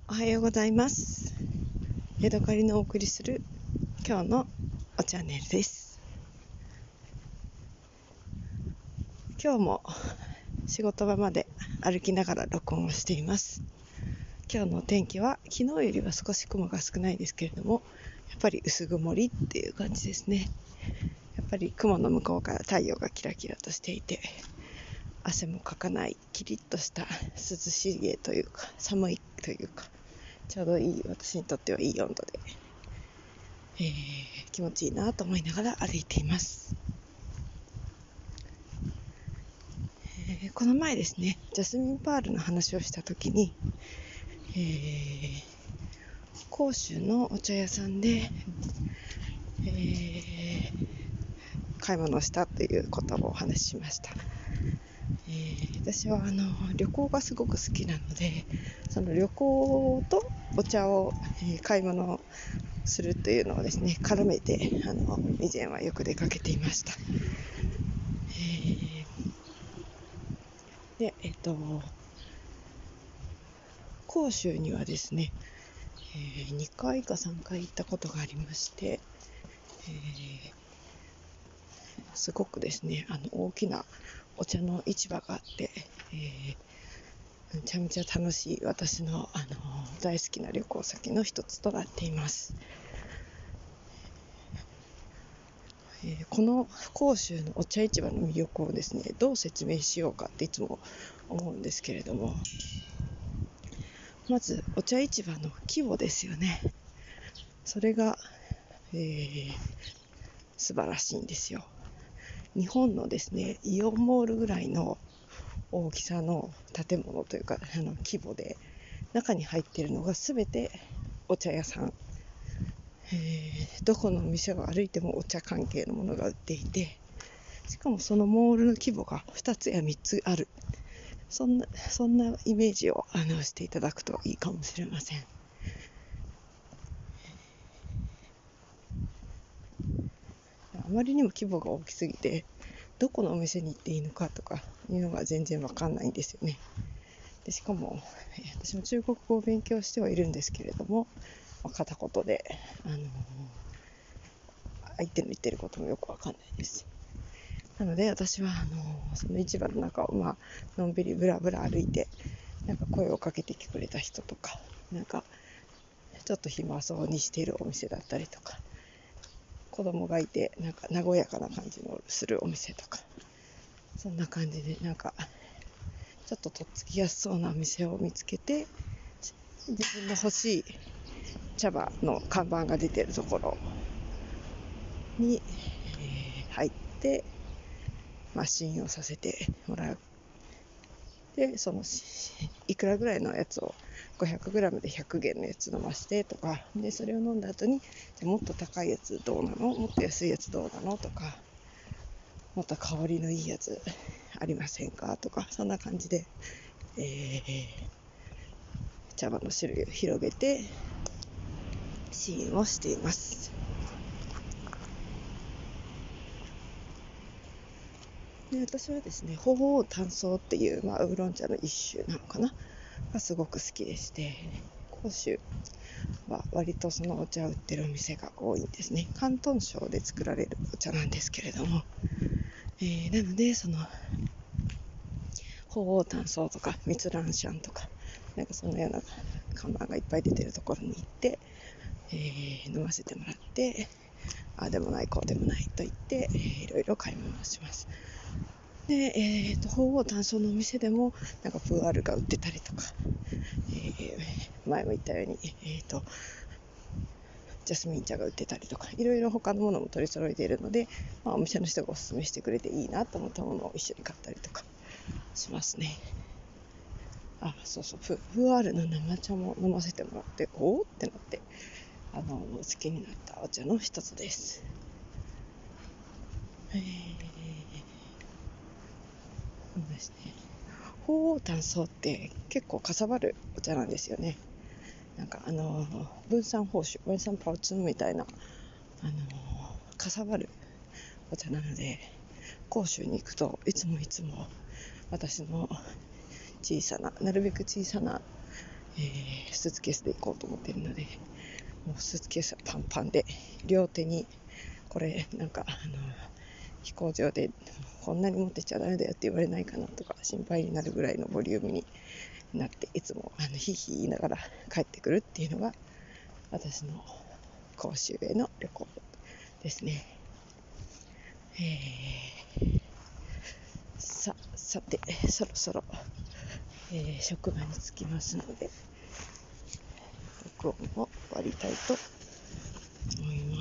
おはようございます。ヤドカリのお送りする今日のおチャンネルです。今日も仕事場まで歩きながら録音をしています。今日の天気は昨日よりは少し雲が少ないですけれども、やっぱり薄曇りっていう感じですね。やっぱり雲の向こうから太陽がキラキラとしていて、汗もかかないキリッとした涼しげというか寒いというか、ちょうどいい、私にとってはいい温度で、気持ちいいなと思いながら歩いています。この前ですね、ジャスミンパールの話をしたときに、甲州のお茶屋さんで、買い物をしたということをお話ししました。私は旅行がすごく好きなので、その旅行とお茶を、買い物するというのをですね絡めて以前はよく出かけていました。で甲州にはですね、2回か3回行ったことがありまして、すごくですね大きなお茶の市場があって、めちゃめちゃ楽しい私の、大好きな旅行先の一つとなっています。この甲州のお茶市場の魅力をですねどう説明しようかっていつも思うんですけれども、まずお茶市場の規模ですよね。それが、素晴らしいんですよ。日本のですねイオンモールぐらいの大きさの建物というか規模で、中に入っているのが全てお茶屋さん、どこの店を歩いてもお茶関係のものが売っていて、しかもそのモールの規模が2つや3つある、そんなイメージをしていただくといいかもしれません。あまりにも規模が大きすぎて、どこのお店に行っていいのかとかいうのが全然わかんないんですよね。でしかも、私も中国語を勉強してはいるんですけれども、片言で、相手の言ってることもよくわかんないです。なので私はその市場の中をのんびりブラブラ歩いて、なんか声をかけてきてくれた人とか、なんかちょっと暇そうにしているお店だったりとか、子供がいてなんか和やかな感じのするお店とか、そんな感じでなんかちょっととっつきやすそうなお店を見つけて、自分の欲しい茶葉の看板が出ているところに、入って試飲をさせてもらう。でそのいくらぐらいのやつを 500g で100元のやつ飲ましてとかで、それを飲んだ後にもっと高いやつどうなの、もっと安いやつどうなのとか、もっと香りのいいやつありませんかとか、そんな感じで、茶葉の種類を広げて試飲をしています。で私はですね、鳳凰炭素っていう、ウーロン茶の一種なのかながすごく好きでして、甲州は割とそのお茶を売ってるお店が多いんですね。広東省で作られるお茶なんですけれども、なのでその鳳凰炭素とか蜜蘭シャンとか、なんかそのような看板がいっぱい出てるところに行って、飲ませてもらって、ああでもないこうでもないと言って、いろいろ買い物をします。で、鳳凰炭素のお店でもなんかプーアールが売ってたりとか、前も言ったように、ジャスミン茶が売ってたりとか、いろいろ他のものも取り揃えているので、お店の人がおすすめしてくれていいなと思ったものを一緒に買ったりとかしますね。そうそう、プーアールの生茶も飲ませてもらって、おーってなって好きになったお茶の一つです。そうですね。鳳凰炭素って結構かさばるお茶なんですよね。なんか分散報酬、分散パウツンみたいなかさばるお茶なので、甲州に行くといつも私のなるべく小さなスーツケースで行こうと思っているので、もうスーツケースはパンパンで、両手にこれなんか飛行場でこんなに持ってちゃダメだよって言われないかなとか心配になるぐらいのボリュームになって、いつもヒーヒー言いながら帰ってくるっていうのが私の講習への旅行ですね。さてそろそろ、職場に着きますので録音を終わりたいと思います。